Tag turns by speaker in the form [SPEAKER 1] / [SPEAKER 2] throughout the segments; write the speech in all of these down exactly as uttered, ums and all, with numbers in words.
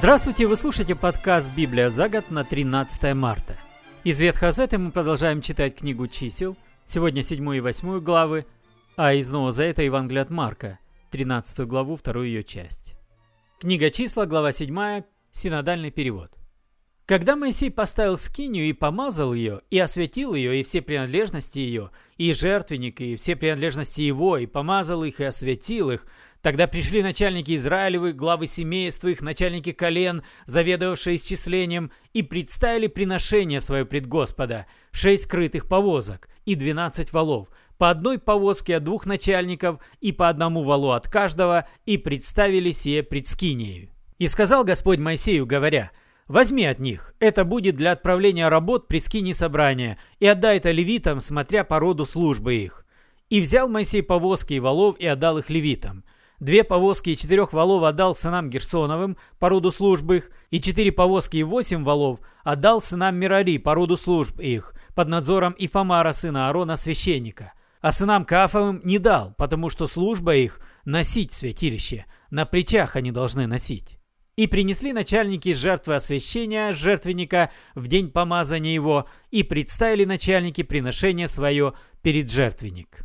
[SPEAKER 1] Здравствуйте, вы слушаете подкаст «Библия за год» на тринадцатое марта. Из Ветхого Завета мы продолжаем читать книгу чисел, сегодня седьмую и восьмую главы, а из Нового Завета Евангелие от Марка, тринадцатую главу, вторую ее часть. Книга числа, глава седьмая, синодальный перевод. Когда Моисей поставил скинию и помазал ее, и осветил ее, и все принадлежности ее, и жертвенник, и все принадлежности его, и помазал их, и осветил их, тогда пришли начальники Израилевы, главы семейств их, начальники колен, заведовавшие исчислением, и представили приношение свое пред Господа, шесть крытых повозок и двенадцать волов, по одной повозке от двух начальников и по одному волу от каждого, и представили сие пред скинией. И сказал Господь Моисею, говоря: «Возьми от них, это будет для отправления работ при скинии собрания, и отдай это левитам, смотря по роду службы их». И взял Моисей повозки и волов и отдал их левитам. Две повозки и четырех волов отдал сынам Герсоновым по роду служб их, и четыре повозки и восемь волов отдал сынам Мерари по роду служб их, под надзором Ифамара, сына Аарона, священника. А сынам Каафовым не дал, потому что служба их – носить святилище, на плечах они должны носить. И принесли начальники жертвы освящения жертвенника в день помазания его, и представили начальники приношение свое перед жертвенник.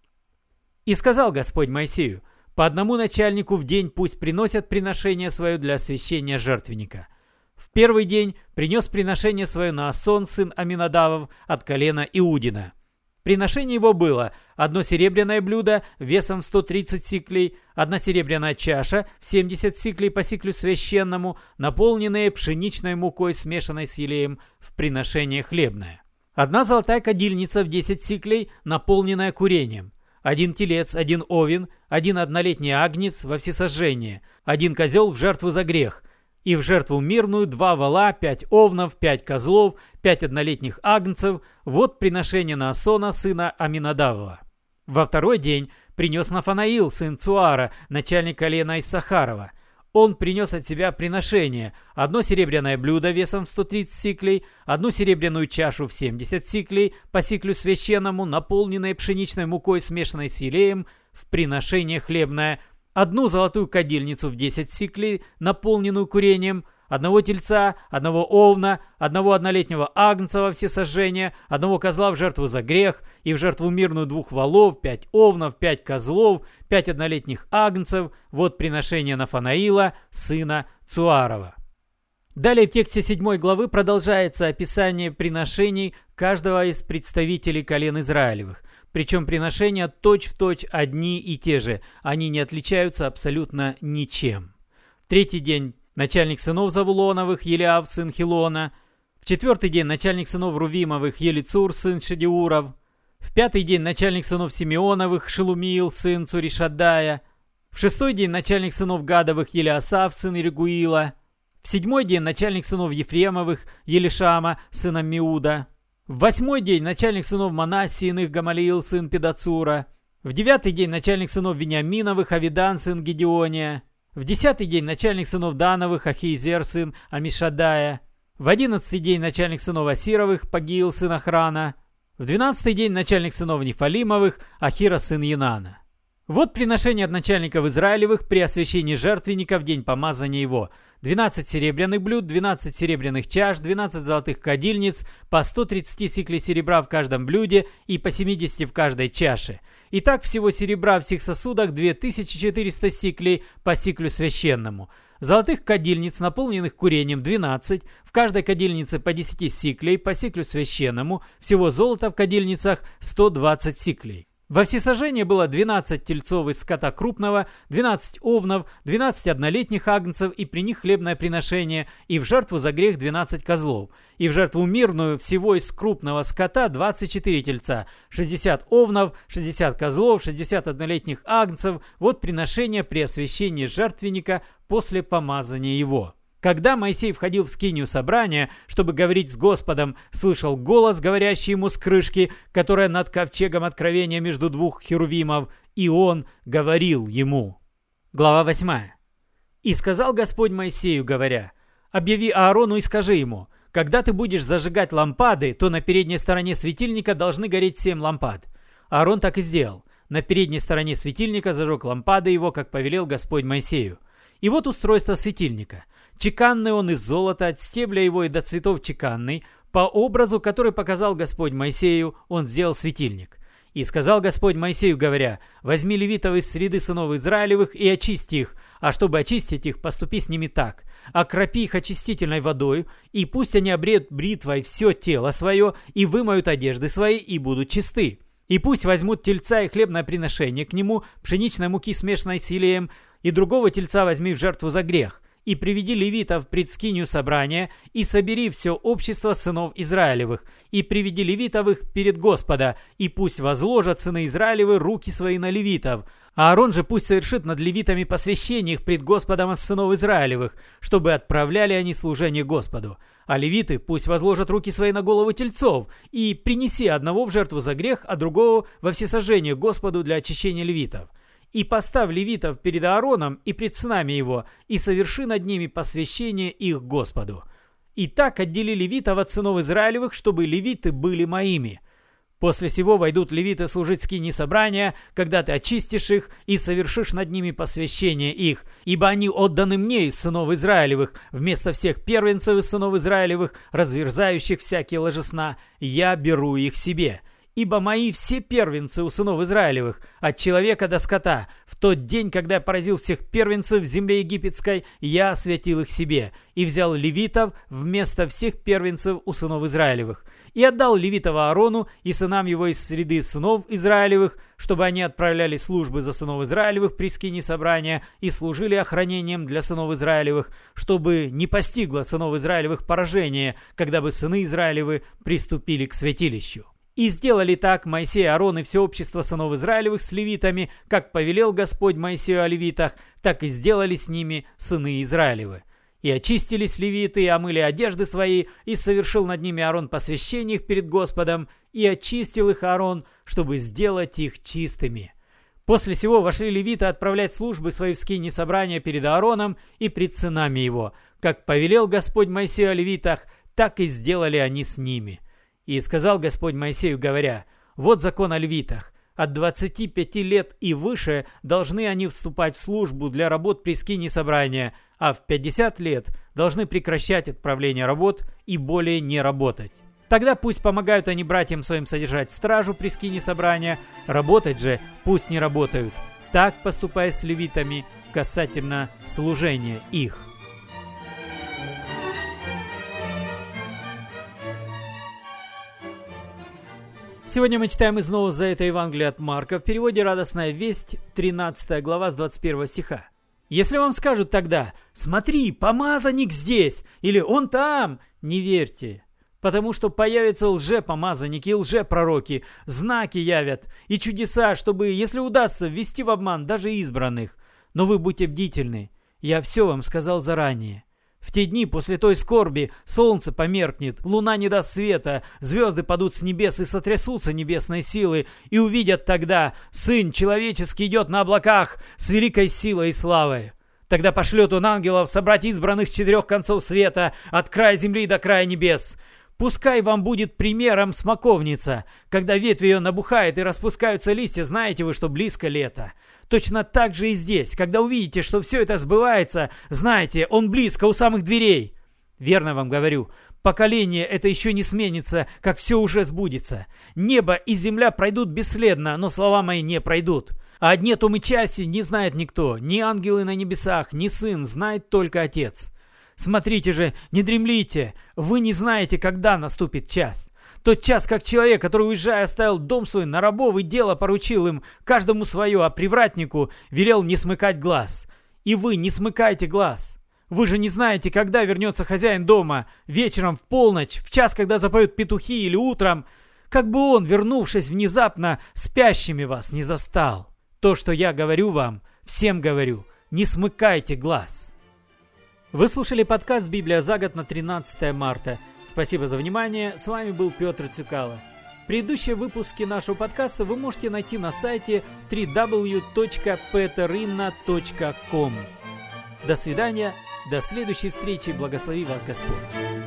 [SPEAKER 1] И сказал Господь Моисею: по одному начальнику в день пусть приносят приношение свое для освящения жертвенника. В первый день принес приношение свое Наасон, сын Аминадавов, от колена Иудина. Приношение его было: одно серебряное блюдо весом сто тридцать сиклей, одна серебряная чаша в семьдесят сиклей по сиклю священному, наполненные пшеничной мукой, смешанной с елеем, в приношение хлебное. Одна золотая кадильница в десять сиклей, наполненная курением. Один телец, один овен, один однолетний агнец во всесожжение, один козел в жертву за грех, и в жертву мирную два вола, пять овнов, пять козлов, пять однолетних агнцев, вот приношение Наасона, сына Аминадавова. Во второй день принес Нафанаил, сын Цуара, начальник колена Иссахарова. Он принес от себя приношение: одно серебряное блюдо весом в сто тридцать сиклей, одну серебряную чашу в семьдесят сиклей по сиклю священному, наполненной пшеничной мукой, смешанной с елеем, в приношение хлебное, одну золотую кадильницу в десять сиклей, наполненную курением, одного тельца, одного овна, одного однолетнего агнца во всесожжение, одного козла в жертву за грех, и в жертву мирную двух волов, пять овнов, пять козлов, пять однолетних агнцев, вот приношение Нафанаила, сына Цуарова. Далее в тексте седьмой главы продолжается описание приношений каждого из представителей колен Израилевых. Причем приношения точь-в-точь одни и те же, они не отличаются абсолютно ничем. В третий день начальник сынов Завулоновых Елиав, сын Хилона. В четвертый день начальник сынов Рувимовых Елицур, сын Шедеуров. В пятый день начальник сынов Симеоновых Шелумиил, сын Цуришаддая. В шестой день начальник сынов Гадовых Елиасав, сын Иргуила. В седьмой день начальник сынов Ефремовых Елишама, сына Миуда. В восьмой день начальник сынов Манассии, иных Гамалиил, сын Педацура. В девятый день начальник сынов Вениаминовых Авидан, сын Гедеония. В десятый день начальник сынов Дановых Ахиезер, сын Амишадая. В одиннадцатый день начальник сынов Асировых Пагиил, сын Охрана. В двенадцатый день начальник сынов Нефалимовых Ахира, сын Янана. Вот приношение от начальников Израилевых при освящении жертвенника в день помазания его: двенадцать серебряных блюд, двенадцать серебряных чаш, двенадцать золотых кадильниц, по сто тридцать сиклей серебра в каждом блюде и по семьдесят в каждой чаше. Итак, всего серебра в всех сосудах две тысячи четыреста сиклей по сиклю священному. Золотых кадильниц, наполненных курением, двенадцать, в каждой кадильнице по десяти сиклей по сиклю священному, всего золота в кадильницах сто двадцать сиклей. Во всесожжение было двенадцать тельцов из скота крупного, двенадцать овнов, двенадцать однолетних агнцев, и при них хлебное приношение, и в жертву за грех двенадцать козлов, и в жертву мирную всего из крупного скота двадцать четыре тельца, шестьдесят овнов, шестьдесят козлов, шестьдесят однолетних агнцев, вот приношение при освящении жертвенника после помазания его. Когда Моисей входил в скинию собрания, чтобы говорить с Господом, слышал голос, говорящий ему с крышки, которая над ковчегом откровения между двух херувимов, и он говорил ему. Глава восьмая. «И сказал Господь Моисею, говоря: объяви Аарону и скажи ему: когда ты будешь зажигать лампады, то на передней стороне светильника должны гореть семь лампад. Аарон так и сделал. На передней стороне светильника зажег лампады его, как повелел Господь Моисею. И вот устройство светильника. Чеканный он из золота, от стебля его и до цветов чеканный. По образу, который показал Господь Моисею, он сделал светильник. И сказал Господь Моисею, говоря: «Возьми левитов из среды сынов Израилевых и очисти их, а чтобы очистить их, поступи с ними так: окропи их очистительной водою, и пусть они обреют бритвой все тело свое, и вымоют одежды свои, и будут чисты. И пусть возьмут тельца и хлебное приношение к нему, пшеничной муки, смешанной с илеем, и другого тельца возьми в жертву за грех. И приведи левитов пред скинию собрания, и собери все общество сынов Израилевых, и приведи левитов их перед Господа, и пусть возложат сыны Израилевы руки свои на левитов. А Аарон же пусть совершит над левитами посвящение их пред Господом от сынов Израилевых, чтобы отправляли они служение Господу. А левиты пусть возложат руки свои на голову тельцов, и принеси одного в жертву за грех, а другого во всесожжение Господу для очищения левитов. И поставь левитов перед Аароном и пред сынами его, и соверши над ними посвящение их Господу. И так отдели левитов от сынов Израилевых, чтобы левиты были моими. После сего войдут левиты служить скинии собрания, когда ты очистишь их и совершишь над ними посвящение их, ибо они отданы мне из сынов Израилевых, вместо всех первенцев из сынов Израилевых, разверзающих всякие ложесна, я беру их себе». Ибо мои все первенцы у сынов Израилевых, от человека до скота, в тот день, когда я поразил всех первенцев в земле египетской, я освятил их себе, и взял левитов вместо всех первенцев у сынов Израилевых, и отдал левитов Аарону и сынам его из среды сынов Израилевых, чтобы они отправляли службы за сынов Израилевых при скинии собрания и служили охранением для сынов Израилевых, чтобы не постигло сынов Израилевых поражение, когда бы сыны Израилевы приступили к святилищу. И сделали так Моисей, Аарон и все общество сынов Израилевых с левитами, как повелел Господь Моисею о левитах, так и сделали с ними сыны Израилевы. И очистились левиты, и омыли одежды свои, и совершил над ними Аарон посвящение их перед Господом, и очистил их Аарон, чтобы сделать их чистыми. После сего вошли левиты отправлять службы свои в скинии собрания перед Аароном и пред сынами его. Как повелел Господь Моисею о левитах, так и сделали они с ними. И сказал Господь Моисею, говоря: «Вот закон о левитах. От двадцати пяти лет и выше должны они вступать в службу для работ при скинии собрания, а в пятьдесят лет должны прекращать отправление работ и более не работать. Тогда пусть помогают они братьям своим содержать стражу при скинии собрания, работать же пусть не работают. Так поступая с левитами касательно служения их». Сегодня мы читаем из Нового Завета Евангелия от Марка в переводе «Радостная весть», тринадцатая глава с двадцать первого стиха. Если вам скажут тогда: «Смотри, помазанник здесь!» или «Он там!», не верьте, потому что появятся лжепомазанники и лжепророки, знаки явят и чудеса, чтобы, если удастся, ввести в обман даже избранных. Но вы будьте бдительны, я все вам сказал заранее. В те дни после той скорби солнце померкнет, луна не даст света, звезды падут с небес и сотрясутся небесные силы, и увидят тогда: Сын Человеческий идет на облаках с великой силой и славой. Тогда пошлет он ангелов собрать избранных с четырех концов света, от края земли до края небес. Пускай вам будет примером смоковница. Когда ветвь ее набухает и распускаются листья, знаете вы, что близко лето. Точно так же и здесь. Когда увидите, что все это сбывается, знайте, он близко, у самых дверей. Верно вам говорю, поколение это еще не сменится, как все уже сбудется. Небо и земля пройдут бесследно, но слова мои не пройдут. А о дне том и часе не знает никто, ни ангелы на небесах, ни сын, знает только Отец. Смотрите же, не дремлите, вы не знаете, когда наступит час. Тот час, как человек, который, уезжая, оставил дом свой на рабов и дело поручил им, каждому свое, а привратнику велел не смыкать глаз. И вы не смыкайте глаз. Вы же не знаете, когда вернется хозяин дома, вечером, в полночь, в час, когда запоют петухи, или утром, как бы он, вернувшись внезапно, спящими вас не застал. То, что я говорю вам, всем говорю, не смыкайте глаз. Вы слушали подкаст «Библия за год» на тринадцатое марта. Спасибо за внимание. С вами был Петр Цюкало. Предыдущие выпуски нашего подкаста вы можете найти на сайте дабл ю дабл ю дабл ю точка петеринна точка ком. До свидания. До следующей встречи. Благослови вас Господь.